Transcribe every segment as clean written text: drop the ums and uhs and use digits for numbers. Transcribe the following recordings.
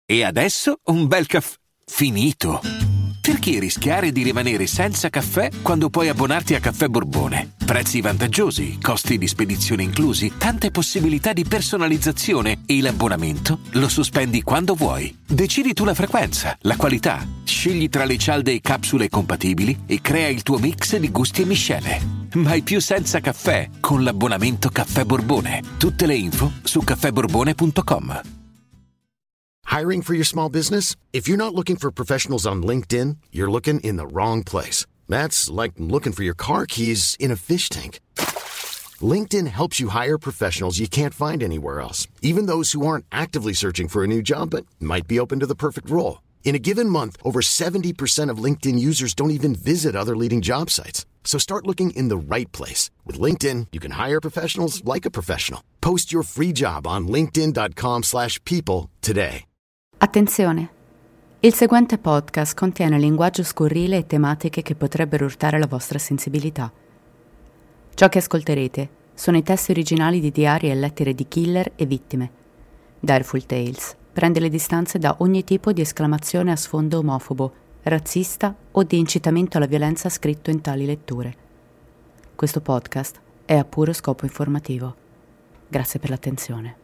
E adesso un bel caffè finito. Perché rischiare di rimanere senza caffè quando puoi abbonarti a Caffè Borbone? Prezzi vantaggiosi, costi di spedizione inclusi, tante possibilità di personalizzazione e l'abbonamento lo sospendi quando vuoi. Decidi tu la frequenza, la qualità, scegli tra le cialde e capsule compatibili e crea il tuo mix di gusti e miscele. Mai più senza caffè con l'abbonamento Caffè Borbone. Tutte le info su caffèborbone.com. Hiring for your small business? If you're not looking for professionals on LinkedIn, you're looking in the wrong place. That's like looking for your car keys in a fish tank. LinkedIn helps you hire professionals you can't find anywhere else, even those who aren't actively searching for a new job but might be open to the perfect role. In a given month, over 70% of LinkedIn users don't even visit other leading job sites. So start looking in the right place. With LinkedIn, you can hire professionals like a professional. Post your free job on linkedin.com/people today. Attenzione! Il seguente podcast contiene linguaggio scurrile e tematiche che potrebbero urtare la vostra sensibilità. Ciò che ascolterete sono i testi originali di diari e lettere di killer e vittime. Direful Tales prende le distanze da ogni tipo di esclamazione a sfondo omofobo, razzista o di incitamento alla violenza scritto in tali letture. Questo podcast è a puro scopo informativo. Grazie per l'attenzione.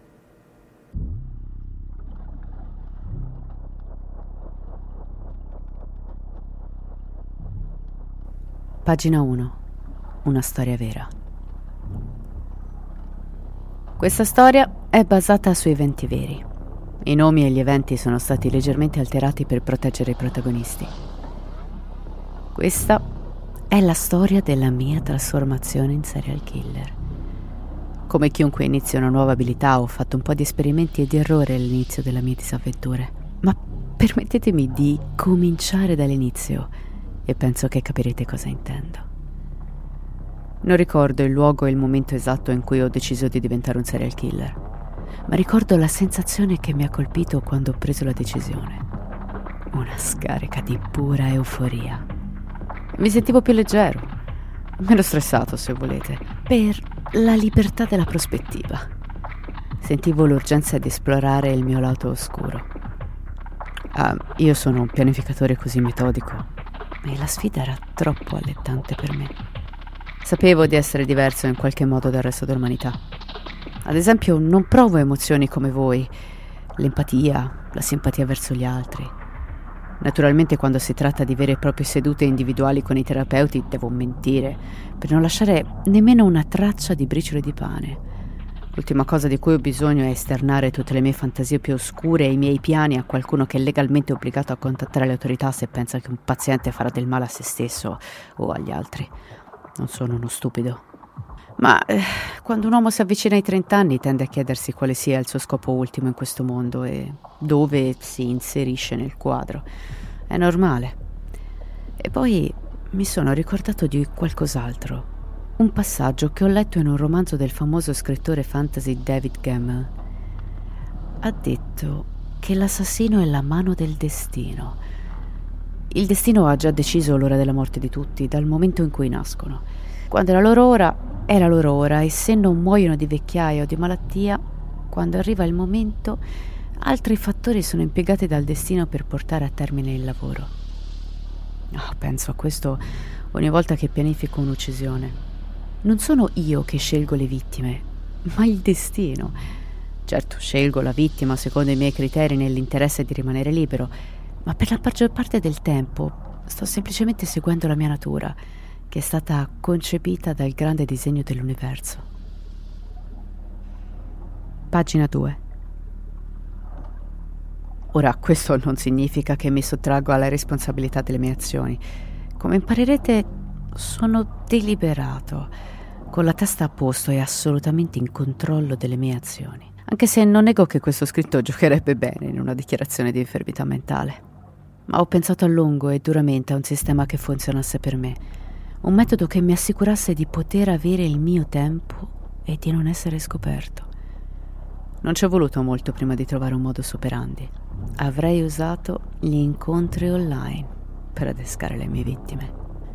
Pagina 1. Una storia vera. Questa storia è basata su eventi veri. I nomi e gli eventi sono stati leggermente alterati per proteggere i protagonisti. Questa è la storia della mia trasformazione in serial killer. Come chiunque inizia una nuova abilità, ho fatto un po' di esperimenti e di errori all'inizio delle mie disavventure. Ma permettetemi di cominciare dall'inizio e penso che capirete cosa intendo. Non ricordo il luogo e il momento esatto in cui ho deciso di diventare un serial killer, ma ricordo la sensazione che mi ha colpito quando ho preso la decisione. Una scarica di pura euforia. Mi sentivo più leggero, meno stressato se volete, per la libertà della prospettiva. Sentivo l'urgenza di esplorare il mio lato oscuro. Io sono un pianificatore così metodico e la sfida era troppo allettante per me. Sapevo di essere diverso in qualche modo dal resto dell'umanità. Ad esempio, non provo emozioni come voi, l'empatia, la simpatia verso gli altri. Naturalmente, quando si tratta di vere e proprie sedute individuali con i terapeuti, devo mentire per non lasciare nemmeno una traccia di briciole di pane. L'ultima cosa di cui ho bisogno è esternare tutte le mie fantasie più oscure e i miei piani a qualcuno che è legalmente obbligato a contattare le autorità se pensa che un paziente farà del male a se stesso o agli altri. Non sono uno stupido. Ma quando un uomo si avvicina ai 30 anni tende a chiedersi quale sia il suo scopo ultimo in questo mondo e dove si inserisce nel quadro. È normale. E poi mi sono ricordato di qualcos'altro. Un passaggio che ho letto in un romanzo del famoso scrittore fantasy David Gemmell. Ha detto che l'assassino è la mano del destino. Il destino ha già deciso l'ora della morte di tutti, dal momento in cui nascono. Quando è la loro ora, è la loro ora, e se non muoiono di vecchiaia o di malattia, quando arriva il momento, altri fattori sono impiegati dal destino per portare a termine il lavoro. Penso a questo ogni volta che pianifico un'uccisione. Non sono io che scelgo le vittime, ma il destino. Certo, scelgo la vittima secondo i miei criteri nell'interesse di rimanere libero, ma per la maggior parte del tempo sto semplicemente seguendo la mia natura, che è stata concepita dal grande disegno dell'universo. Pagina 2. Ora, questo non significa che mi sottraggo alla responsabilità delle mie azioni. Come imparerete, sono deliberato, con la testa a posto e assolutamente in controllo delle mie azioni. Anche se non nego che questo scritto giocherebbe bene in una dichiarazione di infermità mentale. Ma ho pensato a lungo e duramente a un sistema che funzionasse per me. Un metodo che mi assicurasse di poter avere il mio tempo e di non essere scoperto. Non ci è voluto molto prima di trovare un modus operandi. Avrei usato gli incontri online per adescare le mie vittime.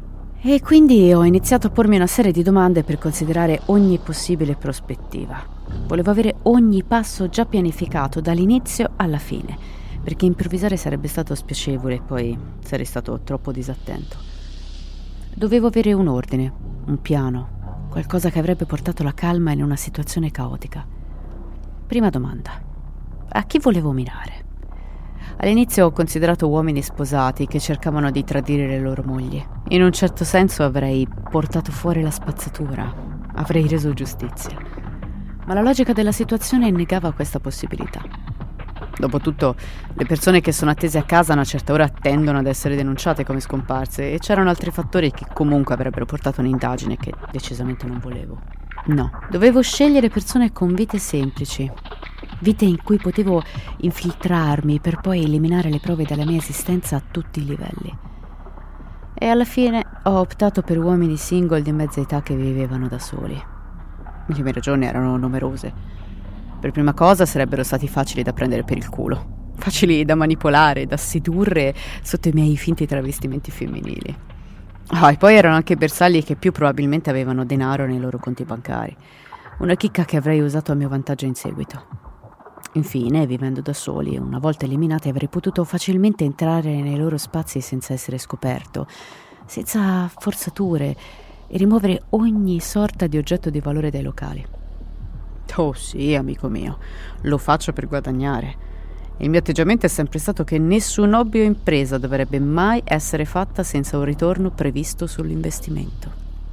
E quindi ho iniziato a pormi una serie di domande per considerare ogni possibile prospettiva. Volevo avere ogni passo già pianificato dall'inizio alla fine, perché improvvisare sarebbe stato spiacevole e poi sarei stato troppo disattento. Dovevo avere un ordine, un piano, qualcosa che avrebbe portato la calma in una situazione caotica. Prima domanda: a chi volevo minare? All'inizio ho considerato uomini sposati che cercavano di tradire le loro mogli. In un certo senso avrei portato fuori la spazzatura, avrei reso giustizia. Ma la logica della situazione negava questa possibilità. Dopotutto, le persone che sono attese a casa a una certa ora tendono ad essere denunciate come scomparse, e c'erano altri fattori che comunque avrebbero portato un'indagine che decisamente non volevo. No, dovevo scegliere persone con vite semplici, vite in cui potevo infiltrarmi per poi eliminare le prove della mia esistenza a tutti i livelli. E alla fine ho optato per uomini single di mezza età che vivevano da soli. Le mie ragioni erano numerose. Per prima cosa sarebbero stati facili da prendere per il culo, facili da manipolare, da sedurre sotto i miei finti travestimenti femminili. E poi erano anche bersagli che più probabilmente avevano denaro nei loro conti bancari, una chicca che avrei usato a mio vantaggio in seguito. Infine, vivendo da soli, una volta eliminati, avrei potuto facilmente entrare nei loro spazi senza essere scoperto, senza forzature, e rimuovere ogni sorta di oggetto di valore dai locali. Oh sì, amico mio, lo faccio per guadagnare. Il mio atteggiamento è sempre stato che nessun hobby o impresa dovrebbe mai essere fatta senza un ritorno previsto sull'investimento.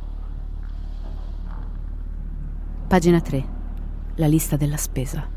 Pagina 3. La lista della spesa.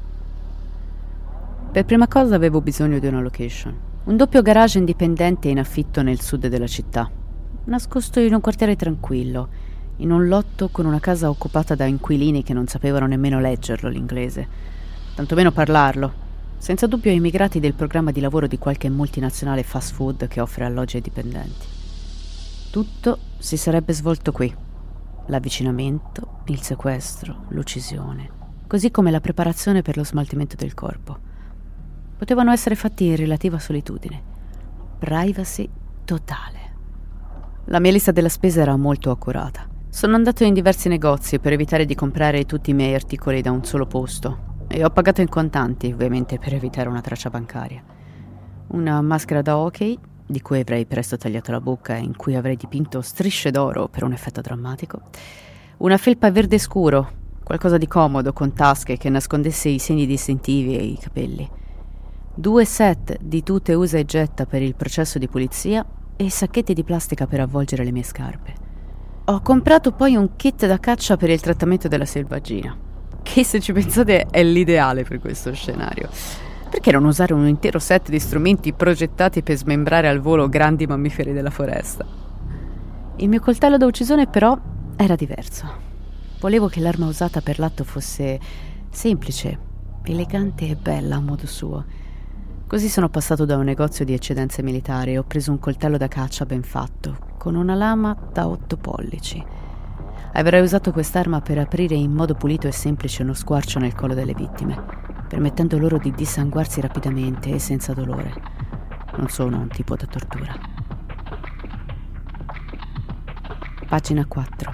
Per prima cosa avevo bisogno di una location. Un doppio garage indipendente in affitto nel sud della città, nascosto in un quartiere tranquillo, in un lotto con una casa occupata da inquilini che non sapevano nemmeno leggerlo l'inglese, tantomeno parlarlo, senza dubbio immigrati del programma di lavoro di qualche multinazionale fast food che offre alloggi ai dipendenti. Tutto si sarebbe svolto qui: l'avvicinamento, il sequestro, l'uccisione, così come la preparazione per lo smaltimento del corpo. Potevano essere fatti in relativa solitudine. Privacy totale. La mia lista della spesa era molto accurata. Sono andato in diversi negozi per evitare di comprare tutti i miei articoli da un solo posto, e ho pagato in contanti, ovviamente, per evitare una traccia bancaria. Una maschera da hockey, di cui avrei presto tagliato la bocca e in cui avrei dipinto strisce d'oro per un effetto drammatico. Una felpa verde scuro, qualcosa di comodo con tasche che nascondesse i segni distintivi e i capelli. 2 set di tute usa e getta per il processo di pulizia e sacchetti di plastica per avvolgere le mie scarpe. Ho comprato poi un kit da caccia per il trattamento della selvaggina, che, se ci pensate, è l'ideale per questo scenario. Perché non usare un intero set di strumenti progettati per smembrare al volo grandi mammiferi della foresta? Il mio coltello da uccisione però era diverso. Volevo che l'arma usata per l'atto fosse semplice, elegante e bella a modo suo. Così sono passato da un negozio di eccedenze militari e ho preso un coltello da caccia ben fatto, con una lama da 8 pollici. Avrei usato quest'arma per aprire in modo pulito e semplice uno squarcio nel collo delle vittime, permettendo loro di dissanguarsi rapidamente e senza dolore. Non sono un tipo da tortura. Pagina 4.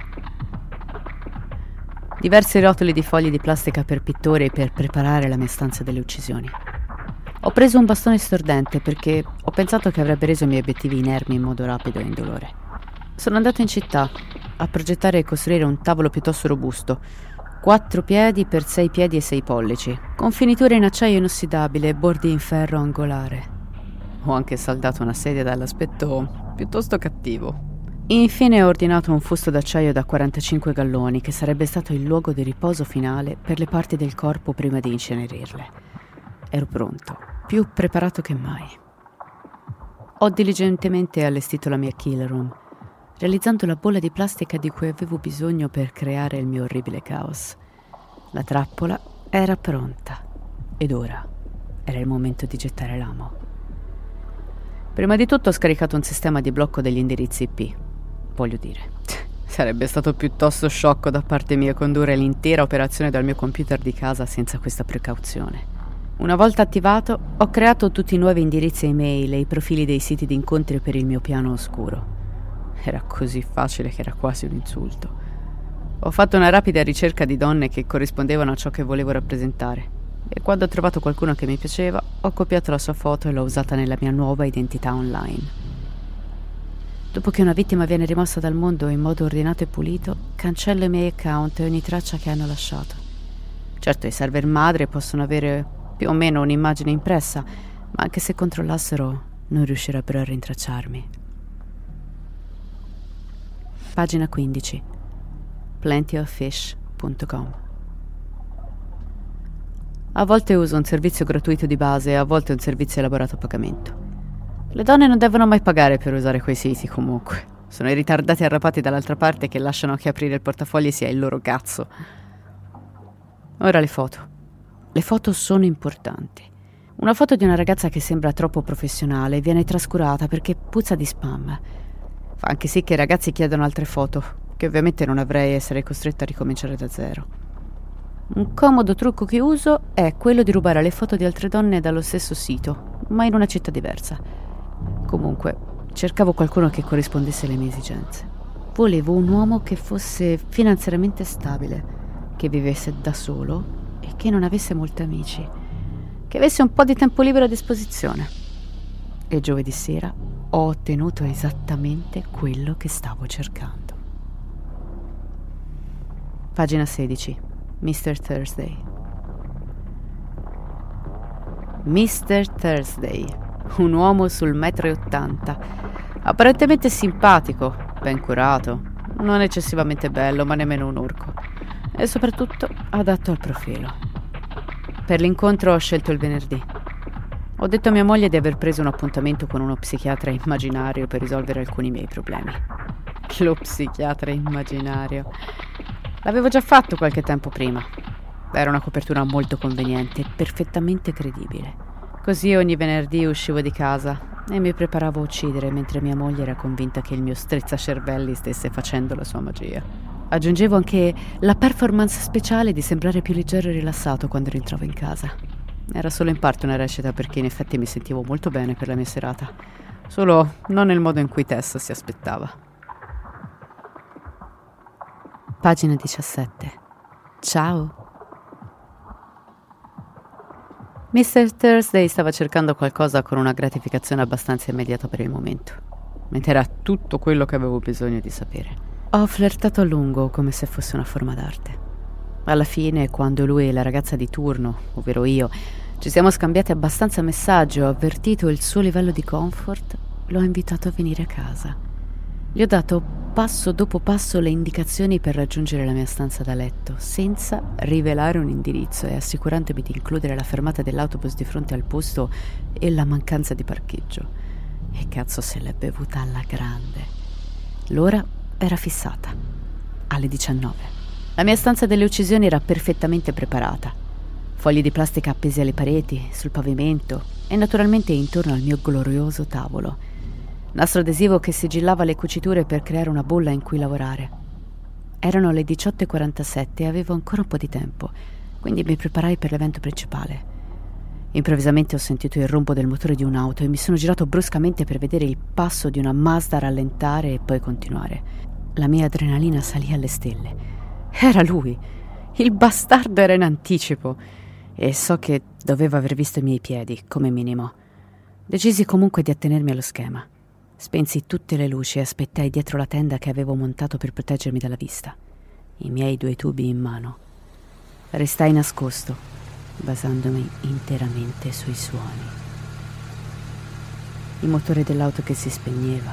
Diversi rotoli di fogli di plastica per pittori per preparare la mia stanza delle uccisioni. Ho preso un bastone stordente perché ho pensato che avrebbe reso i miei obiettivi inermi in modo rapido e indolore. Sono andato in città a progettare e costruire un tavolo piuttosto robusto, 4 piedi per 6 piedi e 6 pollici, con finiture in acciaio inossidabile e bordi in ferro angolare. Ho anche saldato una sedia dall'aspetto piuttosto cattivo. Infine ho ordinato un fusto d'acciaio da 45 galloni che sarebbe stato il luogo di riposo finale per le parti del corpo prima di incenerirle. Ero pronto, più preparato che mai. Ho diligentemente allestito la mia kill room, realizzando la bolla di plastica di cui avevo bisogno per creare il mio orribile caos. La trappola era pronta ed ora era il momento di gettare l'amo. Prima di tutto ho scaricato un sistema di blocco degli indirizzi IP. Voglio dire, sarebbe stato piuttosto sciocco da parte mia condurre l'intera operazione dal mio computer di casa senza questa precauzione. Una volta attivato, ho creato tutti i nuovi indirizzi email e i profili dei siti di incontri per il mio piano oscuro. Era così facile che era quasi un insulto. Ho fatto una rapida ricerca di donne che corrispondevano a ciò che volevo rappresentare e quando ho trovato qualcuno che mi piaceva, ho copiato la sua foto e l'ho usata nella mia nuova identità online. Dopo che una vittima viene rimossa dal mondo in modo ordinato e pulito, cancello i miei account e ogni traccia che hanno lasciato. Certo, i server madre possono avere più o meno un'immagine impressa, ma anche se controllassero non riuscirebbero a rintracciarmi. Pagina 15. plentyoffish.com. A volte uso un servizio gratuito di base e a volte un servizio elaborato a pagamento. Le donne non devono mai pagare per usare quei siti, comunque. Sono i ritardati arrapati dall'altra parte che lasciano che aprire il portafogli sia il loro cazzo. Ora le foto. Le foto sono importanti. Una foto di una ragazza che sembra troppo professionale viene trascurata perché puzza di spam. Fa anche sì che i ragazzi chiedano altre foto, che ovviamente non avrei e sarei costretta a ricominciare da zero. Un comodo trucco che uso è quello di rubare le foto di altre donne dallo stesso sito, ma in una città diversa. Comunque, cercavo qualcuno che corrispondesse alle mie esigenze. Volevo un uomo che fosse finanziariamente stabile, che vivesse da solo e che non avesse molti amici, che avesse un po' di tempo libero a disposizione. E giovedì sera ho ottenuto esattamente quello che stavo cercando. Pagina 16. Mr. Thursday. Mr. Thursday. Un uomo sul 1,80 m, apparentemente simpatico, ben curato, non eccessivamente bello, ma nemmeno un orco, e soprattutto adatto al profilo. Per l'incontro ho scelto il venerdì. Ho detto a mia moglie di aver preso un appuntamento con uno psichiatra immaginario per risolvere alcuni miei problemi. Lo psichiatra immaginario. L'avevo già fatto qualche tempo prima. Era una copertura molto conveniente e perfettamente credibile. Così ogni venerdì uscivo di casa e mi preparavo a uccidere mentre mia moglie era convinta che il mio strizzacervelli stesse facendo la sua magia. Aggiungevo anche la performance speciale di sembrare più leggero e rilassato quando rientravo in casa. Era solo in parte una recita perché in effetti mi sentivo molto bene per la mia serata, solo non nel modo in cui Tessa si aspettava. Pagina 17. Ciao. Mr. Thursday stava cercando qualcosa con una gratificazione abbastanza immediata per il momento, mentre era tutto quello che avevo bisogno di sapere. Ho flirtato a lungo come se fosse una forma d'arte. Alla fine, quando lui e la ragazza di turno, ovvero io, ci siamo scambiati abbastanza messaggi e ho avvertito il suo livello di comfort, l'ho invitato a venire a casa. Gli ho dato passo dopo passo le indicazioni per raggiungere la mia stanza da letto, senza rivelare un indirizzo e assicurandomi di includere la fermata dell'autobus di fronte al posto e la mancanza di parcheggio. E cazzo se l'è bevuta alla grande. L'ora era fissata, alle 19. La mia stanza delle uccisioni era perfettamente preparata. Fogli di plastica appesi alle pareti, sul pavimento e naturalmente intorno al mio glorioso tavolo. Nastro adesivo che sigillava le cuciture per creare una bolla in cui lavorare. Erano le 18:47 e avevo ancora un po' di tempo, quindi mi preparai per l'evento principale. Improvvisamente ho sentito il rombo del motore di un'auto e mi sono girato bruscamente per vedere il passo di una Mazda rallentare e poi continuare. La mia adrenalina salì alle stelle. Era lui! Il bastardo era in anticipo e so che doveva aver visto i miei piedi, come minimo. Decisi comunque di attenermi allo schema. Spensi tutte le luci e aspettai dietro la tenda che avevo montato per proteggermi dalla vista, i miei 2 tubi in mano. Restai nascosto, basandomi interamente sui suoni. Il motore dell'auto che si spegneva.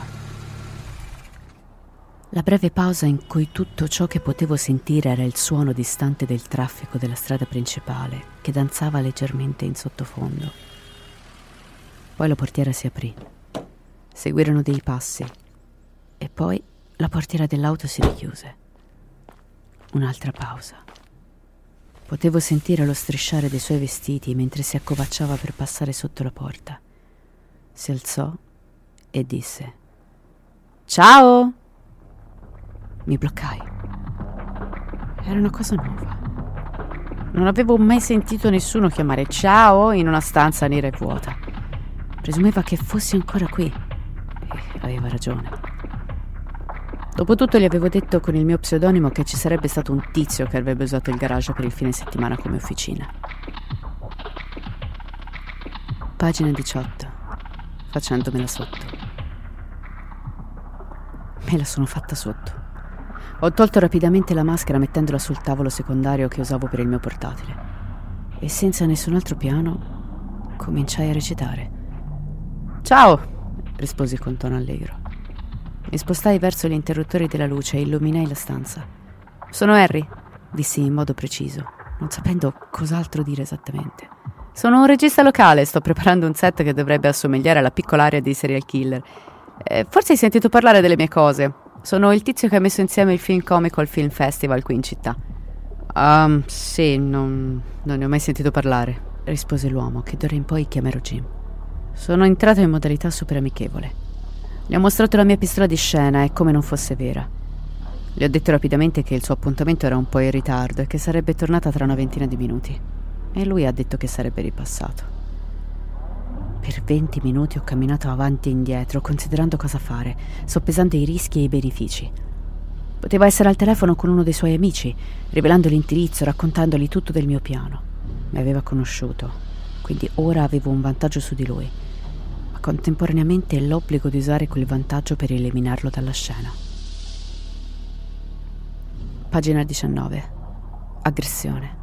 La breve pausa in cui tutto ciò che potevo sentire era il suono distante del traffico della strada principale che danzava leggermente in sottofondo. Poi la portiera si aprì. Seguirono dei passi e poi la portiera dell'auto si richiuse. Un'altra pausa. Potevo sentire lo strisciare dei suoi vestiti mentre si accovacciava per passare sotto la porta. Si alzò e disse: «Ciao!» Mi bloccai. Era una cosa nuova. Non avevo mai sentito nessuno chiamare ciao in una stanza nera e vuota. Presumeva che fossi ancora qui. E aveva ragione. Dopotutto gli avevo detto con il mio pseudonimo che ci sarebbe stato un tizio che avrebbe usato il garage per il fine settimana come officina. Pagina 18. Facendomela sotto. Me la sono fatta sotto. Ho tolto rapidamente la maschera mettendola sul tavolo secondario che usavo per il mio portatile. E senza nessun altro piano cominciai a recitare. «Ciao!» risposi con tono allegro. Mi spostai verso gli interruttori della luce e illuminai la stanza. «Sono Harry», dissi in modo preciso, non sapendo cos'altro dire esattamente. «Sono un regista locale, sto preparando un set che dovrebbe assomigliare alla piccola area dei serial killer. Forse hai sentito parlare delle mie cose. Sono il tizio che ha messo insieme il film comico al Film Festival qui in città». Sì, non ne ho mai sentito parlare», rispose l'uomo, che d'ora in poi chiamerò Jim. Sono entrato in modalità super amichevole. Gli ho mostrato la mia pistola di scena e come non fosse vera. Gli ho detto rapidamente che il suo appuntamento era un po' in ritardo e che sarebbe tornata tra una ventina di minuti. E lui ha detto che sarebbe ripassato. Per 20 minuti ho camminato avanti e indietro, considerando cosa fare, soppesando i rischi e i benefici. Poteva essere al telefono con uno dei suoi amici, rivelando l'indirizzo, raccontandogli tutto del mio piano. Mi aveva conosciuto, quindi ora avevo un vantaggio su di lui, ma contemporaneamente l'obbligo di usare quel vantaggio per eliminarlo dalla scena. Pagina 19. Aggressione.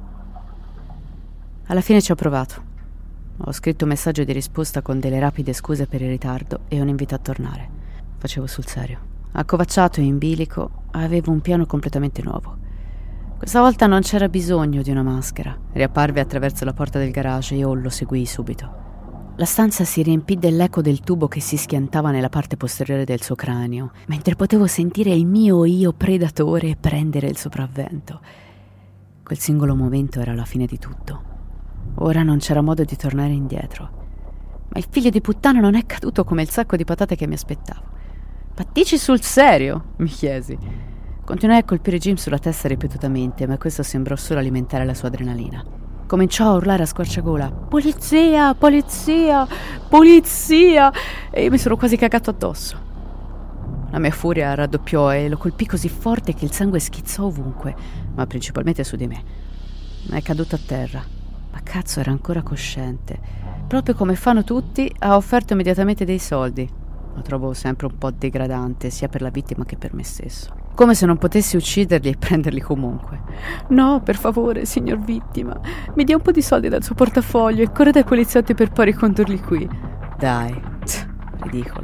Alla fine ci ho provato. Ho scritto un messaggio di risposta con delle rapide scuse per il ritardo e un invito a tornare. Facevo sul serio. Accovacciato e in bilico, avevo un piano completamente nuovo. Questa volta non c'era bisogno di una maschera. Riapparve attraverso la porta del garage e io lo seguii subito. La stanza si riempì dell'eco del tubo che si schiantava nella parte posteriore del suo cranio, mentre potevo sentire il mio io predatore prendere il sopravvento. Quel singolo momento era la fine di tutto. Ora non c'era modo di tornare indietro. Ma il figlio di puttana non è caduto come il sacco di patate che mi aspettavo. «Ma dici sul serio?» mi chiesi. Continuai a colpire Jim sulla testa ripetutamente, ma questo sembrò solo alimentare la sua adrenalina. Cominciò a urlare a squarciagola: «Polizia! Polizia! Polizia!» e io mi sono quasi cagato addosso. La mia furia raddoppiò e lo colpì così forte che il sangue schizzò ovunque, ma principalmente su di me. È caduto a terra, ma cazzo era ancora cosciente. Proprio come fanno tutti, ha offerto immediatamente dei soldi. Lo trovo sempre un po' degradante, sia per la vittima che per me stesso. Come se non potessi ucciderli e prenderli comunque. «No, per favore, signor vittima, mi dia un po' di soldi dal suo portafoglio e corre dai poliziotti per poi ricondurli qui». Dai, ridicolo.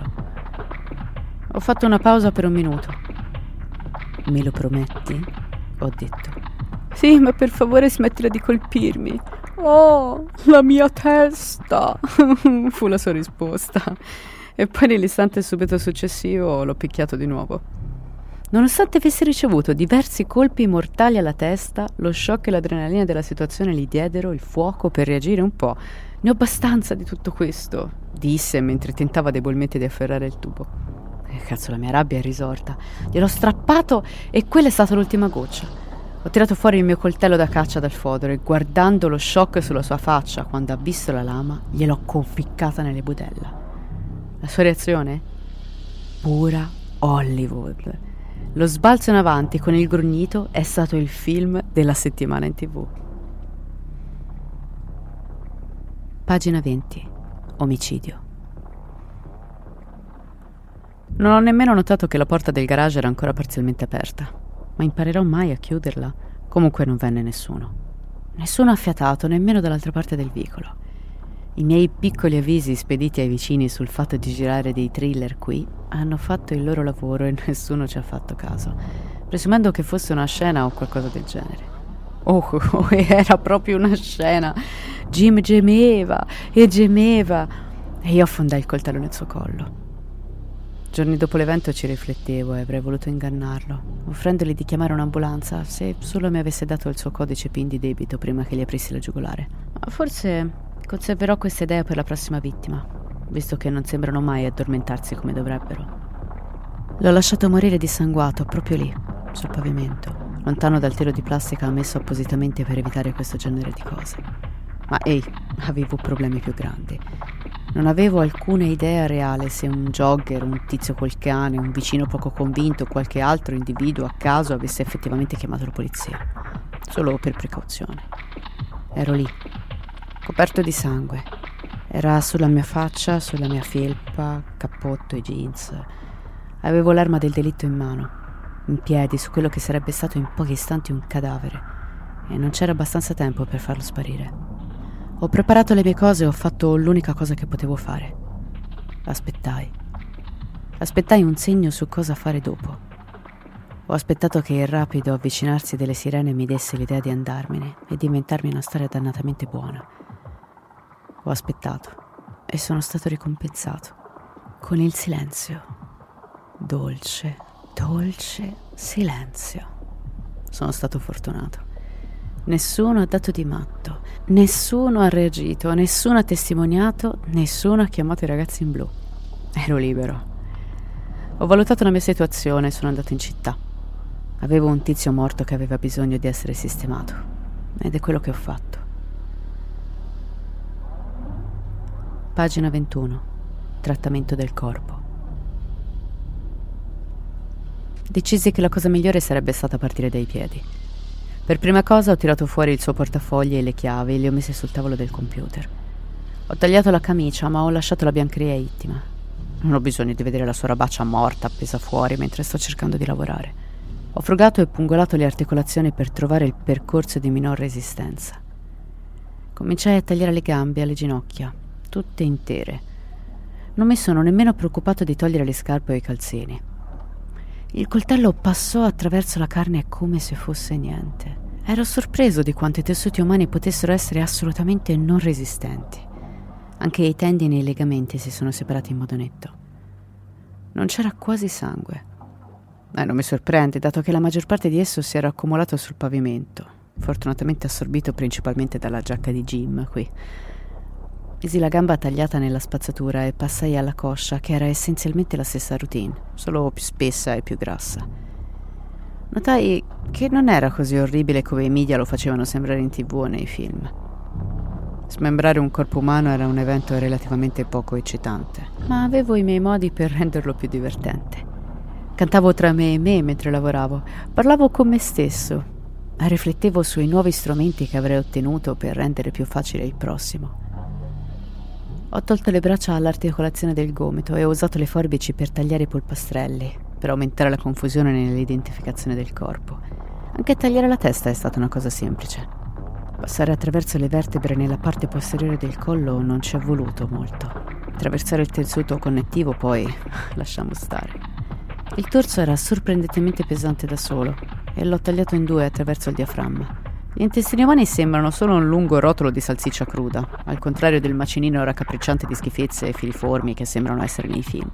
Ho fatto una pausa per 1 minuto. «Me lo prometti?» ho detto. «Sì, ma per favore smettila di colpirmi». «Oh, la mia testa!» fu la sua risposta. E poi nell'istante subito successivo l'ho picchiato di nuovo. Nonostante avessi ricevuto diversi colpi mortali alla testa, lo shock e l'adrenalina della situazione gli diedero il fuoco per reagire un po'. «Ne ho abbastanza di tutto questo», disse mentre tentava debolmente di afferrare il tubo. Cazzo, la mia rabbia è risorta. Gliel'ho strappato e quella è stata l'ultima goccia. Ho tirato fuori il mio coltello da caccia dal fodero e, guardando lo shock sulla sua faccia quando ha visto la lama, gliel'ho conficcata nelle budella. La sua reazione? Pura Hollywood. Lo sbalzo in avanti con il grugnito è stato il film della settimana in TV. Pagina 20. Omicidio. Non ho nemmeno notato che la porta del garage era ancora parzialmente aperta, ma imparerò mai a chiuderla? Comunque non venne nessuno. Nessuno affiatato, nemmeno dall'altra parte del vicolo. I miei piccoli avvisi spediti ai vicini sul fatto di girare dei thriller qui hanno fatto il loro lavoro e nessuno ci ha fatto caso, presumendo che fosse una scena o qualcosa del genere. Oh, era proprio una scena. Jim gemeva e gemeva e io affondai il coltello nel suo collo. Giorni dopo l'evento ci riflettevo e avrei voluto ingannarlo, offrendogli di chiamare un'ambulanza se solo mi avesse dato il suo codice PIN di debito prima che gli aprissi la giugulare. Ma forse conserverò questa idea per la prossima vittima, visto che non sembrano mai addormentarsi come dovrebbero. L'ho lasciato morire dissanguato proprio lì, sul pavimento, lontano dal telo di plastica messo appositamente per evitare questo genere di cose. Ma ehi, avevo problemi più grandi. Non avevo alcuna idea reale se un jogger, un tizio col cane, un vicino poco convinto o qualche altro individuo a caso avesse effettivamente chiamato la polizia. Solo per precauzione. Ero lì, coperto di sangue. Era sulla mia faccia, sulla mia felpa, cappotto e jeans. Avevo l'arma del delitto in mano, in piedi su quello che sarebbe stato in pochi istanti un cadavere, e non c'era abbastanza tempo per farlo sparire. Ho preparato le mie cose e ho fatto l'unica cosa che potevo fare. Aspettai un segno su cosa fare dopo. Ho aspettato che il rapido avvicinarsi delle sirene mi desse l'idea di andarmene e di inventarmi una storia dannatamente buona. Ho aspettato e sono stato ricompensato con il silenzio. Dolce, dolce silenzio. Sono stato fortunato. Nessuno ha dato di matto, nessuno ha reagito, nessuno ha testimoniato, nessuno ha chiamato i ragazzi in blu. Ero libero. Ho valutato la mia situazione e sono andato in città. Avevo un tizio morto che aveva bisogno di essere sistemato, ed è quello che ho fatto. Pagina 21. Trattamento del corpo. Decisi che la cosa migliore sarebbe stata partire dai piedi. Per prima cosa ho tirato fuori il suo portafogli e le chiavi e le ho messe sul tavolo del computer. Ho tagliato la camicia, ma ho lasciato la biancheria intima. Non ho bisogno di vedere la sua rabaccia morta appesa fuori mentre sto cercando di lavorare. Ho frugato e pungolato le articolazioni per trovare il percorso di minor resistenza. Cominciai a tagliare le gambe alle ginocchia, tutte intere. Non mi sono nemmeno preoccupato di togliere le scarpe o i calzini. Il coltello passò attraverso la carne come se fosse niente. Ero sorpreso di quanto i tessuti umani potessero essere assolutamente non resistenti. Anche i tendini e i legamenti si sono separati in modo netto. Non c'era quasi sangue. Non mi sorprende, dato che la maggior parte di esso si era accumulato sul pavimento, fortunatamente assorbito principalmente dalla giacca di Jim qui. Misi la gamba tagliata nella spazzatura e passai alla coscia, che era essenzialmente la stessa routine, solo più spessa e più grassa. Notai che non era così orribile come i media lo facevano sembrare in TV o nei film. Smembrare un corpo umano era un evento relativamente poco eccitante, ma avevo i miei modi per renderlo più divertente. Cantavo tra me e me mentre lavoravo, parlavo con me stesso, riflettevo sui nuovi strumenti che avrei ottenuto per rendere più facile il prossimo. Ho tolto le braccia all'articolazione del gomito e ho usato le forbici per tagliare i polpastrelli, per aumentare la confusione nell'identificazione del corpo. Anche tagliare la testa è stata una cosa semplice. Passare attraverso le vertebre nella parte posteriore del collo non ci è voluto molto. Attraversare il tessuto connettivo poi lasciamo stare. Il torso era sorprendentemente pesante da solo e l'ho tagliato in due attraverso il diaframma. Gli intestini umani sembrano solo un lungo rotolo di salsiccia cruda, al contrario del macinino raccapricciante di schifezze e filiformi che sembrano essere nei film.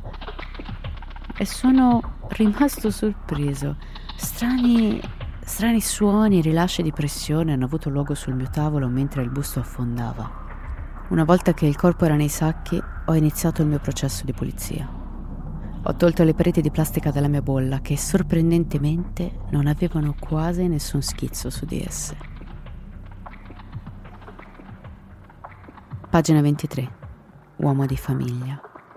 E sono rimasto sorpreso. Strani suoni e rilasci di pressione hanno avuto luogo sul mio tavolo mentre il busto affondava. Una volta che il corpo era nei sacchi, ho iniziato il mio processo di pulizia. Ho tolto le pareti di plastica dalla mia bolla, che sorprendentemente non avevano quasi nessun schizzo su di esse. Pagina 23. Uomo di famiglia.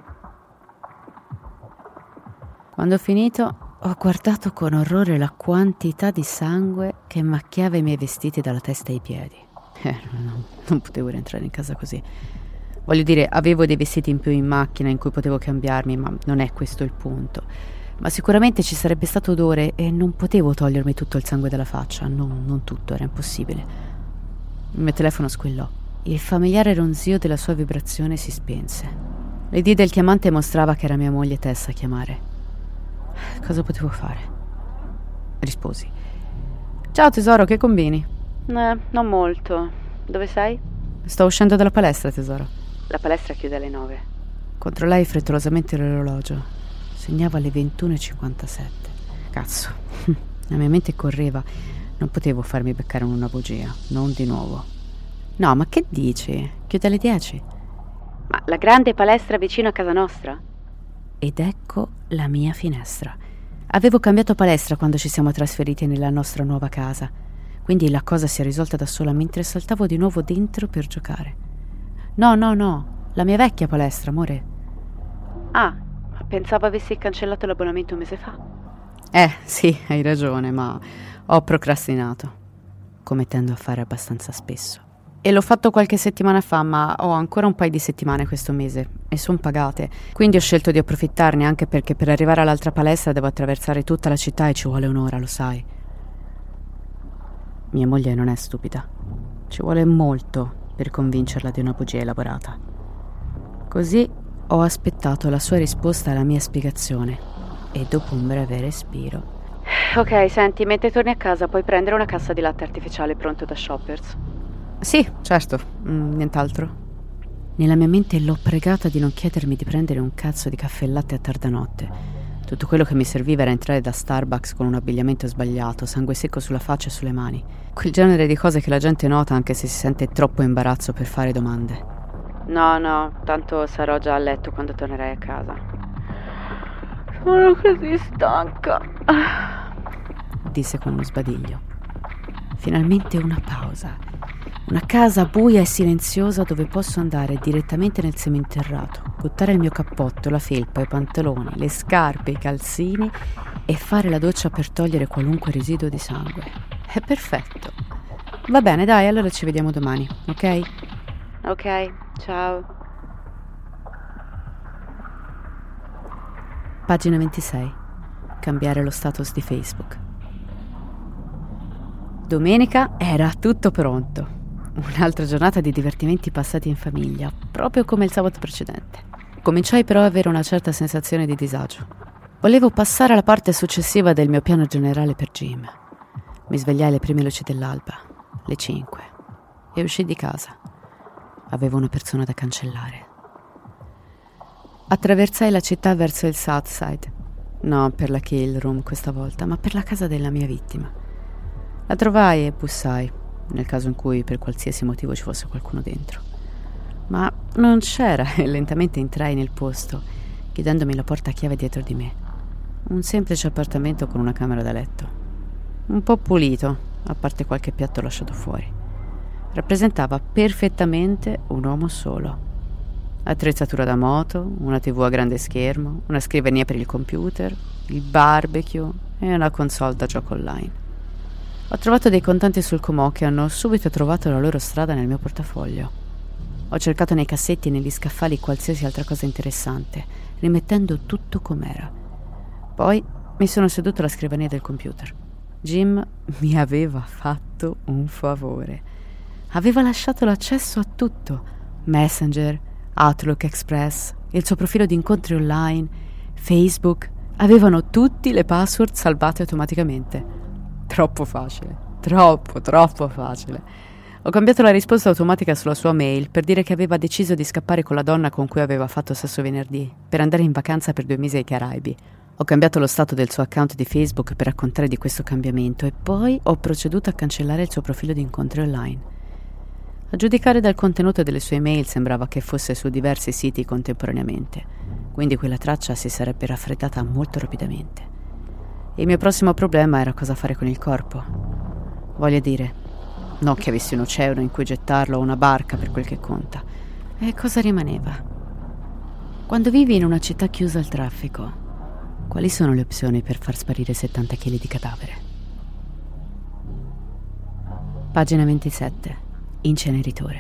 Quando ho finito, ho guardato con orrore la quantità di sangue che macchiava i miei vestiti dalla testa ai piedi. Non potevo rientrare in casa così. Voglio dire, avevo dei vestiti in più in macchina in cui potevo cambiarmi, ma non è questo il punto. Ma sicuramente ci sarebbe stato odore e non potevo togliermi tutto il sangue dalla faccia. Non tutto, era impossibile. Il mio telefono squillò. Il familiare ronzio della sua vibrazione si spense. L'ID del chiamante mostrava che era mia moglie Tessa a chiamare. Cosa potevo fare? Risposi. Ciao tesoro, che combini? Non molto. Dove sei? Sto uscendo dalla palestra, tesoro. La palestra chiude alle 9. Controllai frettolosamente l'orologio. Segnava le 21:57. Cazzo. La mia mente correva. Non potevo farmi beccare una bugia. Non di nuovo. No, ma che dici? Chiude alle 10. Ma la grande palestra vicino a casa nostra? Ed ecco la mia finestra. Avevo cambiato palestra quando ci siamo trasferiti nella nostra nuova casa, quindi la cosa si è risolta da sola mentre saltavo di nuovo dentro per giocare. No, La mia vecchia palestra, amore. Ah, pensavo avessi cancellato l'abbonamento un mese fa. Sì, hai ragione, ma ho procrastinato, come tendo a fare abbastanza spesso. E l'ho fatto qualche settimana fa, ma ho ancora un paio di settimane questo mese e sono pagate. Quindi ho scelto di approfittarne, anche perché per arrivare all'altra palestra devo attraversare tutta la città e ci vuole un'ora, lo sai. Mia moglie non è stupida. Ci vuole molto per convincerla di una bugia elaborata. Così ho aspettato la sua risposta alla mia spiegazione e dopo un breve respiro... Ok, senti, mentre torni a casa puoi prendere una cassa di latte artificiale pronto da Shoppers? Sì, certo, nient'altro. Nella mia mente l'ho pregata di non chiedermi di prendere un cazzo di caffè e latte a tarda notte. Tutto quello che mi serviva era entrare da Starbucks con un abbigliamento sbagliato, sangue secco sulla faccia e sulle mani. Quel genere di cose che la gente nota anche se si sente troppo imbarazzo per fare domande. No, tanto sarò già a letto quando tornerai a casa. Sono così stanca, disse con uno sbadiglio. Finalmente una pausa. Una casa buia e silenziosa dove posso andare direttamente nel seminterrato, buttare il mio cappotto, la felpa, i pantaloni, le scarpe, i calzini e fare la doccia per togliere qualunque residuo di sangue. È perfetto. Va bene, dai, allora ci vediamo domani, ok? Ok, ciao. Pagina 26. Cambiare lo status di Facebook. Domenica era tutto pronto. Un'altra giornata di divertimenti passati in famiglia, proprio come il sabato precedente. Cominciai però ad avere una certa sensazione di disagio. Volevo passare alla parte successiva del mio piano generale per Jim. Mi svegliai alle prime luci dell'alba, le 5, e uscii di casa. Avevo una persona da cancellare. Attraversai la città verso il Southside. No, per la kill room questa volta, ma per la casa della mia vittima. La trovai e bussai, nel caso in cui per qualsiasi motivo ci fosse qualcuno dentro. Ma non c'era e lentamente entrai nel posto, chiudendomi la porta a chiave dietro di me. Un semplice appartamento con una camera da letto. Un po' pulito, a parte qualche piatto lasciato fuori. Rappresentava perfettamente un uomo solo. Attrezzatura da moto, una TV a grande schermo, una scrivania per il computer, il barbecue e una console da gioco online. Ho trovato dei contanti sul comò che hanno subito trovato la loro strada nel mio portafoglio. Ho cercato nei cassetti e negli scaffali qualsiasi altra cosa interessante, rimettendo tutto com'era. Poi mi sono seduto alla scrivania del computer. Jim mi aveva fatto un favore. Aveva lasciato l'accesso a tutto: Messenger, Outlook Express, il suo profilo di incontri online, Facebook. Avevano tutti le password salvate automaticamente. Troppo facile, troppo facile. Ho cambiato la risposta automatica sulla sua mail per dire che aveva deciso di scappare con la donna con cui aveva fatto sesso venerdì, per andare in vacanza per 2 mesi ai Caraibi. Ho cambiato lo stato del suo account di Facebook per raccontare di questo cambiamento e poi ho proceduto a cancellare il suo profilo di incontri online. A giudicare dal contenuto delle sue mail sembrava che fosse su diversi siti contemporaneamente, quindi quella traccia si sarebbe raffreddata molto rapidamente. Il mio prossimo problema era cosa fare con il corpo. Voglio dire, non che avessi un oceano in cui gettarlo o una barca per quel che conta. E cosa rimaneva? Quando vivi in una città chiusa al traffico, quali sono le opzioni per far sparire 70 kg di cadavere? Pagina 27. Inceneritore.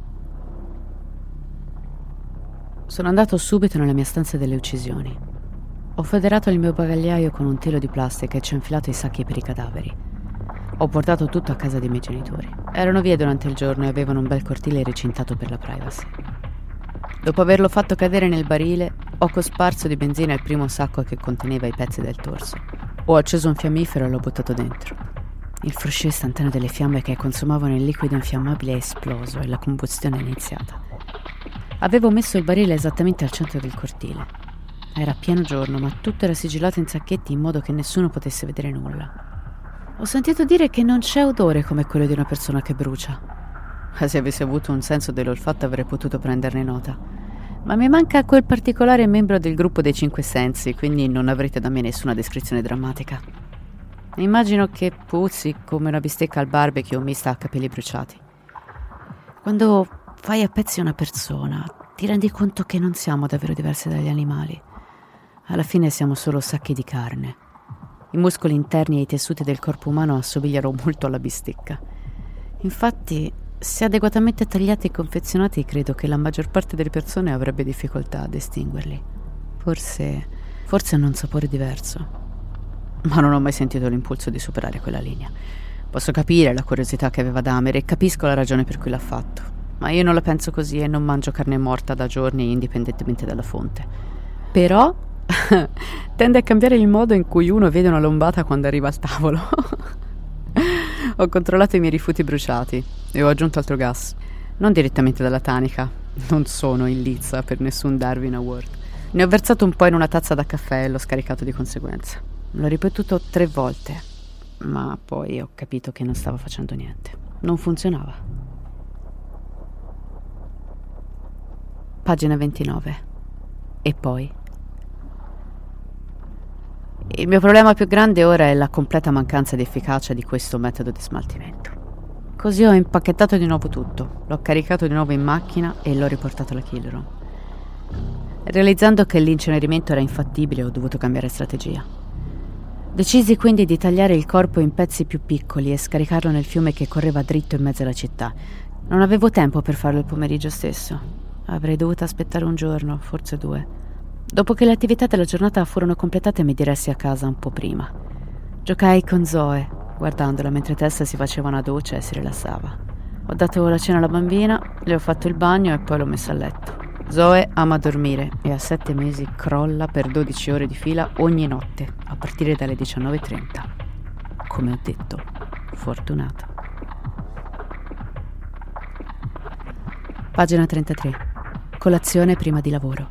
Sono andato subito nella mia stanza delle uccisioni. Ho foderato il mio bagagliaio con un telo di plastica e ci ho infilato i sacchi per i cadaveri. Ho portato tutto a casa dei miei genitori. Erano via durante il giorno e avevano un bel cortile recintato per la privacy. Dopo averlo fatto cadere nel barile, ho cosparso di benzina il primo sacco che conteneva i pezzi del torso. Ho acceso un fiammifero e l'ho buttato dentro. Il fruscio istantaneo delle fiamme che consumavano il liquido infiammabile è esploso e la combustione è iniziata. Avevo messo il barile esattamente al centro del cortile. Era pieno giorno, ma tutto era sigillato in sacchetti in modo che nessuno potesse vedere nulla. Ho sentito dire che non c'è odore come quello di una persona che brucia. Se avessi avuto un senso dell'olfatto avrei potuto prenderne nota. Ma mi manca quel particolare membro del gruppo dei 5 sensi, quindi non avrete da me nessuna descrizione drammatica. Immagino che puzzi come una bistecca al barbecue mista a capelli bruciati. Quando fai a pezzi una persona, ti rendi conto che non siamo davvero diversi dagli animali. Alla fine siamo solo sacchi di carne. I muscoli interni e i tessuti del corpo umano assomigliano molto alla bistecca. Infatti, se adeguatamente tagliati e confezionati, credo che la maggior parte delle persone avrebbe difficoltà a distinguerli. Forse hanno un sapore diverso. Ma non ho mai sentito l'impulso di superare quella linea. Posso capire la curiosità che aveva Dahmer e capisco la ragione per cui l'ha fatto. Ma io non la penso così e non mangio carne morta da giorni indipendentemente dalla fonte. Però tende a cambiare il modo in cui uno vede una lombata quando arriva al tavolo. Ho controllato i miei rifiuti bruciati e ho aggiunto altro gas. Non direttamente dalla tanica. Non sono in lizza per nessun Darwin Award. Ne ho versato un po' in una tazza da caffè e l'ho scaricato di conseguenza. L'ho ripetuto 3 volte, ma poi ho capito che non stava facendo niente. Non funzionava. Pagina 29. E poi? Il mio problema più grande ora è la completa mancanza di efficacia di questo metodo di smaltimento. Così ho impacchettato di nuovo tutto, l'ho caricato di nuovo in macchina e l'ho riportato alla Kill-Room. Realizzando che l'incenerimento era infattibile, ho dovuto cambiare strategia. Decisi quindi di tagliare il corpo in pezzi più piccoli e scaricarlo nel fiume che correva dritto in mezzo alla città. Non avevo tempo per farlo il pomeriggio stesso. Avrei dovuto aspettare un giorno, forse 2. Dopo che le attività della giornata furono completate, mi diressi a casa un po' prima. Giocai con Zoe, guardandola mentre Tessa si faceva una doccia e si rilassava. Ho dato la cena alla bambina, le ho fatto il bagno e poi l'ho messa a letto. Zoe ama dormire e a 7 mesi crolla per 12 ore di fila ogni notte, a partire dalle 19:30. Come ho detto, fortunata. Pagina 33. Colazione prima di lavoro.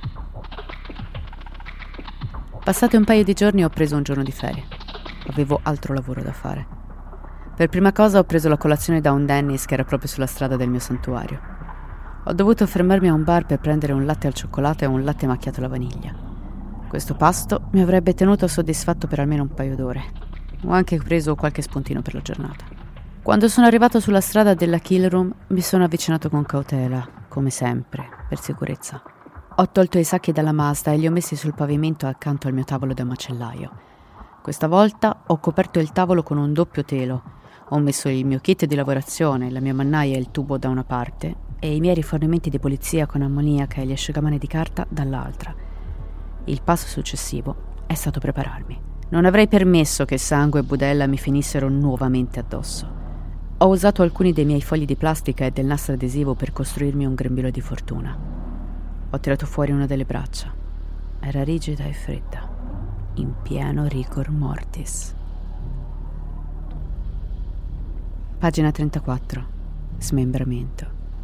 Passati un paio di giorni ho preso un giorno di ferie. Avevo altro lavoro da fare. Per prima cosa ho preso la colazione da un Denny's che era proprio sulla strada del mio santuario. Ho dovuto fermarmi a un bar per prendere un latte al cioccolato e un latte macchiato alla vaniglia. Questo pasto mi avrebbe tenuto soddisfatto per almeno un paio d'ore. Ho anche preso qualche spuntino per la giornata. Quando sono arrivato sulla strada della Kill-Room mi sono avvicinato con cautela, come sempre, per sicurezza. Ho tolto i sacchi dalla Mazda e li ho messi sul pavimento accanto al mio tavolo da macellaio. Questa volta ho coperto il tavolo con un doppio telo. Ho messo il mio kit di lavorazione, la mia mannaia e il tubo da una parte e i miei rifornimenti di pulizia con ammoniaca e gli asciugamani di carta dall'altra. Il passo successivo è stato prepararmi. Non avrei permesso che sangue e budella mi finissero nuovamente addosso. Ho usato alcuni dei miei fogli di plastica e del nastro adesivo per costruirmi un grembiule di fortuna. Ho tirato fuori una delle braccia. Era rigida e fredda, in pieno rigor mortis. Pagina 34. Smembramento.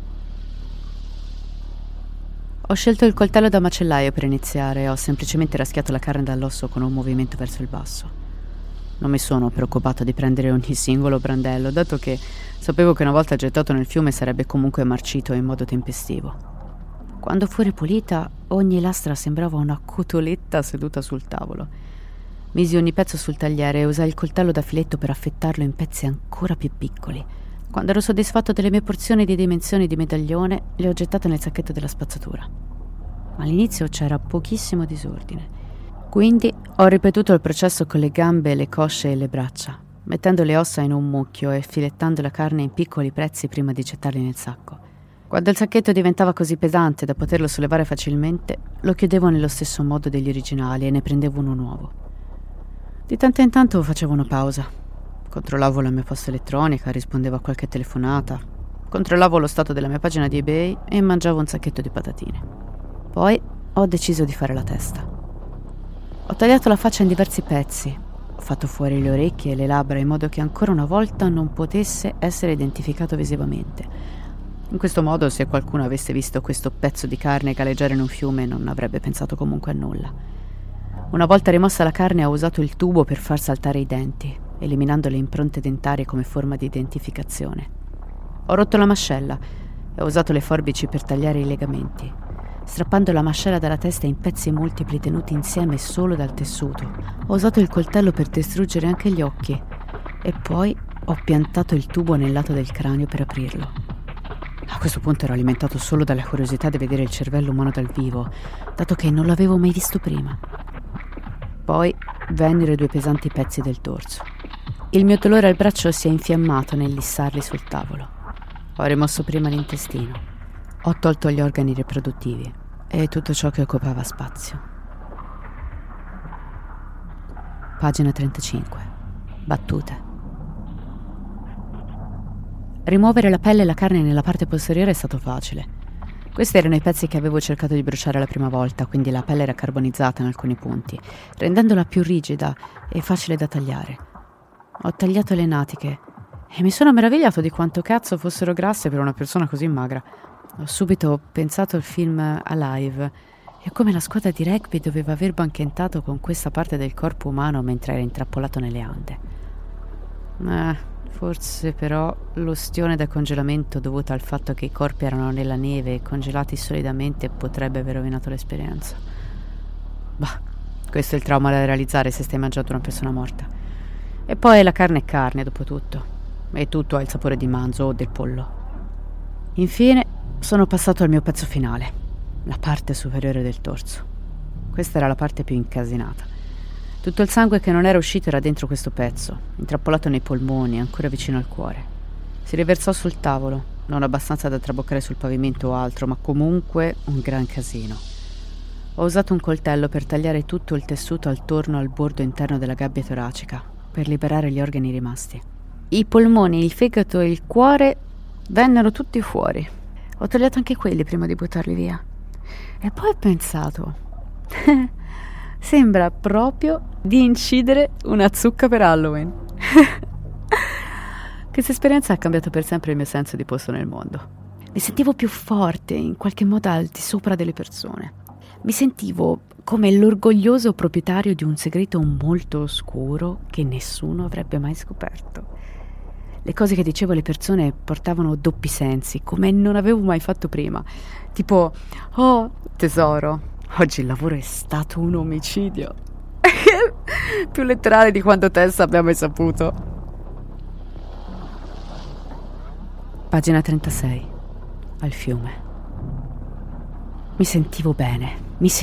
Ho scelto il coltello da macellaio per iniziare e ho semplicemente raschiato la carne dall'osso con un movimento verso il basso. Non mi sono preoccupato di prendere ogni singolo brandello, dato che sapevo che una volta gettato nel fiume sarebbe comunque marcito in modo tempestivo. Quando fu ripulita, ogni lastra sembrava una cotoletta seduta sul tavolo. Misi ogni pezzo sul tagliere e usai il coltello da filetto per affettarlo in pezzi ancora più piccoli. Quando ero soddisfatto delle mie porzioni di dimensioni di medaglione, le ho gettate nel sacchetto della spazzatura. All'inizio c'era pochissimo disordine. Quindi ho ripetuto il processo con le gambe, le cosce e le braccia, mettendo le ossa in un mucchio e filettando la carne in piccoli pezzi prima di gettarli nel sacco. Quando il sacchetto diventava così pesante da poterlo sollevare facilmente, lo chiudevo nello stesso modo degli originali e ne prendevo uno nuovo. Di tanto in tanto facevo una pausa. Controllavo la mia posta elettronica, rispondevo a qualche telefonata, controllavo lo stato della mia pagina di eBay e mangiavo un sacchetto di patatine. Poi ho deciso di fare la testa. Ho tagliato la faccia in diversi pezzi, ho fatto fuori le orecchie e le labbra in modo che ancora una volta non potesse essere identificato visivamente. In questo modo, se qualcuno avesse visto questo pezzo di carne galleggiare in un fiume, non avrebbe pensato comunque a nulla. Una volta rimossa la carne, ho usato il tubo per far saltare i denti, eliminando le impronte dentarie come forma di identificazione. Ho rotto la mascella e ho usato le forbici per tagliare i legamenti, strappando la mascella dalla testa in pezzi multipli tenuti insieme solo dal tessuto. Ho usato il coltello per distruggere anche gli occhi e poi ho piantato il tubo nel lato del cranio per aprirlo. A questo punto ero alimentato solo dalla curiosità di vedere il cervello umano dal vivo, dato che non l'avevo mai visto prima. Poi vennero i 2 pesanti pezzi del torso. Il mio dolore al braccio si è infiammato nel lissarli sul tavolo. Ho rimosso prima l'intestino. Ho tolto gli organi riproduttivi e tutto ciò che occupava spazio. Pagina 35. Battute. Rimuovere la pelle e la carne nella parte posteriore è stato facile. Questi erano i pezzi che avevo cercato di bruciare la prima volta, quindi la pelle era carbonizzata in alcuni punti, rendendola più rigida e facile da tagliare. Ho tagliato le natiche e mi sono meravigliato di quanto cazzo fossero grasse per una persona così magra. Ho subito pensato al film Alive e come la squadra di rugby doveva aver banchettato con questa parte del corpo umano mentre era intrappolato nelle Ande. Forse però l'ustione da congelamento dovuta al fatto che i corpi erano nella neve e congelati solidamente potrebbe aver rovinato l'esperienza. Bah, questo è il trauma da realizzare se stai mangiando una persona morta. E poi la carne è carne, dopo tutto. E tutto ha il sapore di manzo o del pollo. Infine sono passato al mio pezzo finale, la parte superiore del torso. Questa era la parte più incasinata. Tutto il sangue che non era uscito era dentro questo pezzo, intrappolato nei polmoni, ancora vicino al cuore. Si riversò sul tavolo, non abbastanza da traboccare sul pavimento o altro, ma comunque un gran casino. Ho usato un coltello per tagliare tutto il tessuto attorno al bordo interno della gabbia toracica, per liberare gli organi rimasti. I polmoni, il fegato e il cuore vennero tutti fuori. Ho tagliato anche quelli prima di buttarli via. E poi ho pensato... Sembra proprio di incidere una zucca per Halloween. Questa esperienza ha cambiato per sempre il mio senso di posto nel mondo. Mi sentivo più forte, in qualche modo al di sopra delle persone. Mi sentivo come l'orgoglioso proprietario di un segreto molto oscuro che nessuno avrebbe mai scoperto. Le cose che dicevo alle persone portavano doppi sensi, come non avevo mai fatto prima. Tipo, oh, tesoro, oggi il lavoro è stato un omicidio. Più letterale di quanto Tessa abbia mai saputo. Pagina 36. Al fiume. Mi sentivo bene.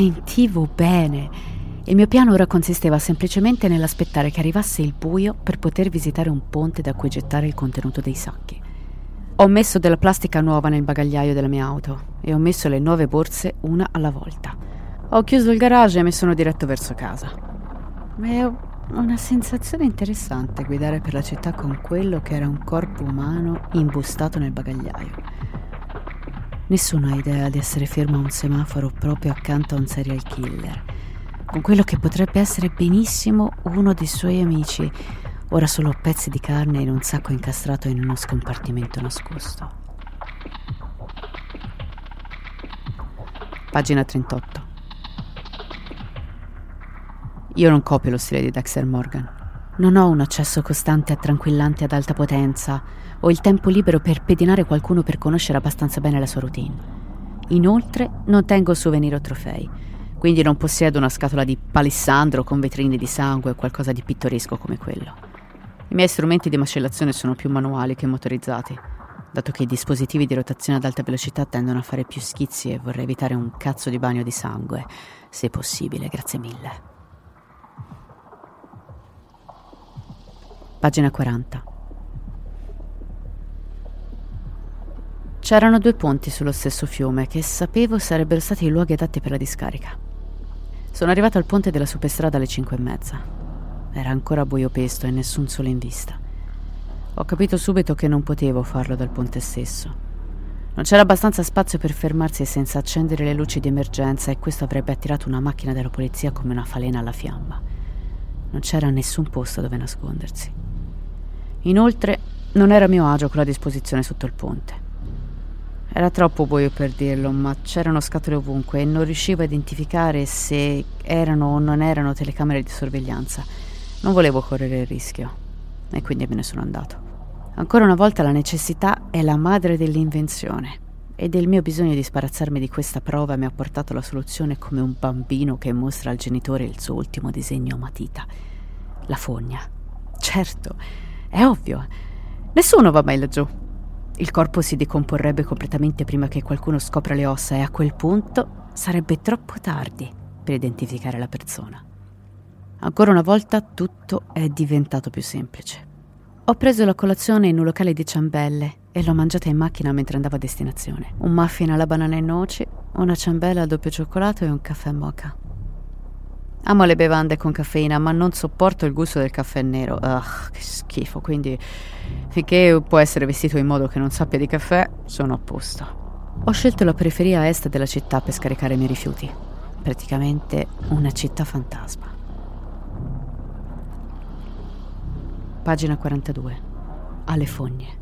Il mio piano ora consisteva semplicemente nell'aspettare che arrivasse il buio per poter visitare un ponte da cui gettare il contenuto dei sacchi. Ho messo della plastica nuova nel bagagliaio della mia auto e ho messo le 9 borse una alla volta. Ho chiuso il garage e mi sono diretto verso casa. È una sensazione interessante guidare per la città con quello che era un corpo umano imbustato nel bagagliaio. Nessuno ha idea di essere fermo a un semaforo proprio accanto a un serial killer, con quello che potrebbe essere benissimo uno dei suoi amici, ora solo pezzi di carne in un sacco incastrato in uno scompartimento nascosto. Pagina 38. Io non copio lo stile di Dexter Morgan. Non ho un accesso costante a tranquillanti ad alta potenza o il tempo libero per pedinare qualcuno per conoscere abbastanza bene la sua routine. Inoltre non tengo souvenir o trofei, quindi non possiedo una scatola di palissandro con vetrine di sangue o qualcosa di pittoresco come quello. I miei strumenti di macellazione sono più manuali che motorizzati, dato che i dispositivi di rotazione ad alta velocità tendono a fare più schizzi e vorrei evitare un cazzo di bagno di sangue, se possibile, grazie mille. Pagina 40. C'erano 2 ponti sullo stesso fiume che sapevo sarebbero stati i luoghi adatti per la discarica. Sono arrivato al ponte della superstrada alle 5:30. Era ancora buio pesto e nessun sole in vista. Ho capito subito che non potevo farlo dal ponte stesso. Non c'era abbastanza spazio per fermarsi senza accendere le luci di emergenza e questo avrebbe attirato una macchina della polizia come una falena alla fiamma. Non c'era nessun posto dove nascondersi. Inoltre, non era a mio agio con la disposizione sotto il ponte. Era troppo buio per dirlo, ma c'erano scatole ovunque e non riuscivo a identificare se erano o non erano telecamere di sorveglianza. Non volevo correre il rischio e quindi me ne sono andato. Ancora una volta la necessità è la madre dell'invenzione e del mio bisogno di sbarazzarmi di questa prova mi ha portato alla soluzione come un bambino che mostra al genitore il suo ultimo disegno a matita. La fogna. Certo, è ovvio. Nessuno va mai laggiù. Il corpo si decomporrebbe completamente prima che qualcuno scopra le ossa e a quel punto sarebbe troppo tardi per identificare la persona. Ancora una volta tutto è diventato più semplice. Ho preso la colazione in un locale di ciambelle e l'ho mangiata in macchina mentre andavo a destinazione. Un muffin alla banana e noci, una ciambella al doppio cioccolato e un caffè mocha. Amo le bevande con caffeina, ma non sopporto il gusto del caffè nero. Che schifo, quindi finché può essere vestito in modo che non sappia di caffè, sono a posto. Ho scelto la periferia a est della città per scaricare i miei rifiuti. Praticamente una città fantasma. Pagina 42. Alle fogne.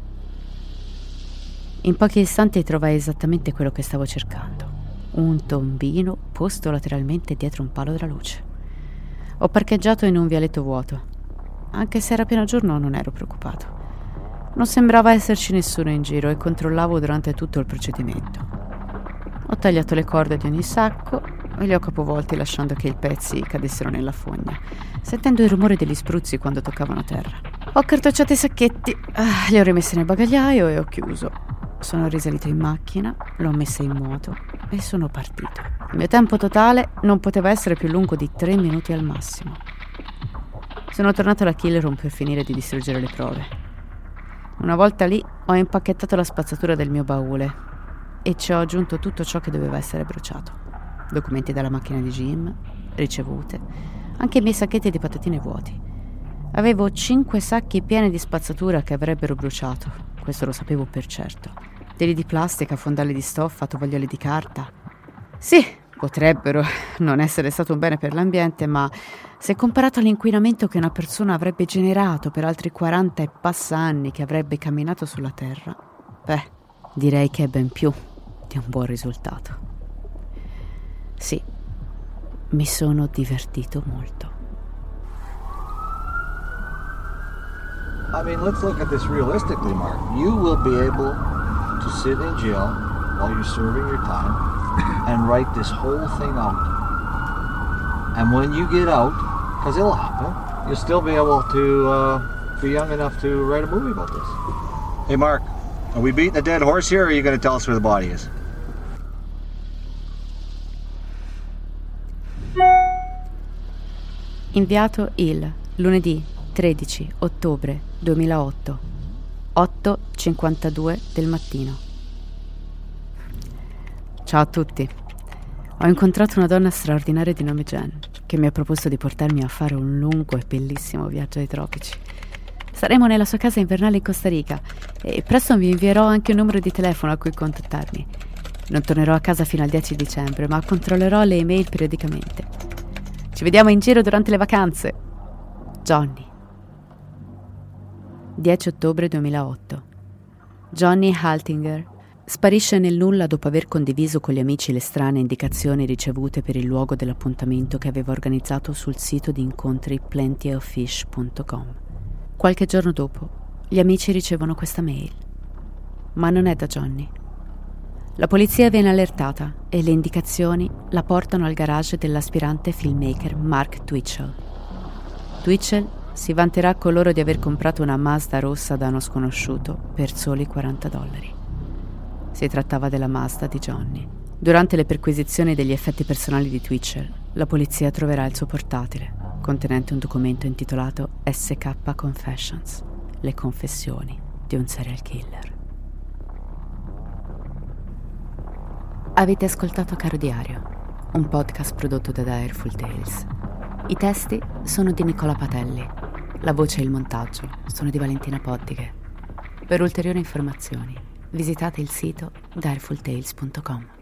In pochi istanti trovai esattamente quello che stavo cercando. Un tombino posto lateralmente dietro un palo della luce. Ho parcheggiato in un vialetto vuoto. Anche se era pieno giorno non ero preoccupato. Non sembrava esserci nessuno in giro e controllavo durante tutto il procedimento. Ho tagliato le corde di ogni sacco e li ho capovolti lasciando che i pezzi cadessero nella fogna, sentendo il rumore degli spruzzi quando toccavano terra. Ho cartocciato i sacchetti, li ho rimessi nel bagagliaio e ho chiuso. Sono risalito in macchina, l'ho messa in moto e sono partito. Il mio tempo totale non poteva essere più lungo di 3 minuti al massimo. Sono tornato alla Kill Room per finire di distruggere le prove. Una volta lì ho impacchettato la spazzatura del mio baule e ci ho aggiunto tutto ciò che doveva essere bruciato. Documenti dalla macchina di Jim, ricevute, anche i miei sacchetti di patatine vuoti. Avevo 5 sacchi pieni di spazzatura che avrebbero bruciato, questo lo sapevo per certo. Teli di plastica, fondali di stoffa, tovaglioli di carta. Sì, potrebbero non essere stato un bene per l'ambiente, ma se comparato all'inquinamento che una persona avrebbe generato per altri 40 e passa anni che avrebbe camminato sulla Terra, direi che è ben più di un buon risultato. Sì, mi sono divertito molto. I mean, let's look at this realistically, Mark. You will be able to sit in jail while you're serving your time and write this whole thing out. And when you get out, because it'll happen, you'll still be able to be young enough to write a movie about this. Hey, Mark, are we beating a dead horse here, or are you going to tell us where the body is? Inviato il lunedì 13 ottobre 2008, 8:52 del mattino. Ciao a tutti. Ho incontrato una donna straordinaria di nome Jen, che mi ha proposto di portarmi a fare un lungo e bellissimo viaggio ai tropici. Saremo nella sua casa invernale in Costa Rica e presto vi invierò anche un numero di telefono a cui contattarmi. Non tornerò a casa fino al 10 dicembre, ma controllerò le email periodicamente. Ci vediamo in giro durante le vacanze. Johnny. 10 ottobre 2008. Johnny Haltinger sparisce nel nulla dopo aver condiviso con gli amici le strane indicazioni ricevute per il luogo dell'appuntamento che aveva organizzato sul sito di incontri plentyoffish.com. Qualche giorno dopo, gli amici ricevono questa mail. Ma non è da Johnny. La polizia viene allertata e le indicazioni la portano al garage dell'aspirante filmmaker Mark Twitchell. Twitchell si vanterà con loro di aver comprato una Mazda rossa da uno sconosciuto per soli $40. Si trattava della Mazda di Johnny. Durante le perquisizioni degli effetti personali di Twitchell, la polizia troverà il suo portatile, contenente un documento intitolato SK Confessions, le confessioni di un serial killer. Avete ascoltato Caro Diario, un podcast prodotto da Direful Tales. I testi sono di Nicola Patelli, la voce e il montaggio sono di Valentina Poddighe. Per ulteriori informazioni visitate il sito direfultales.com.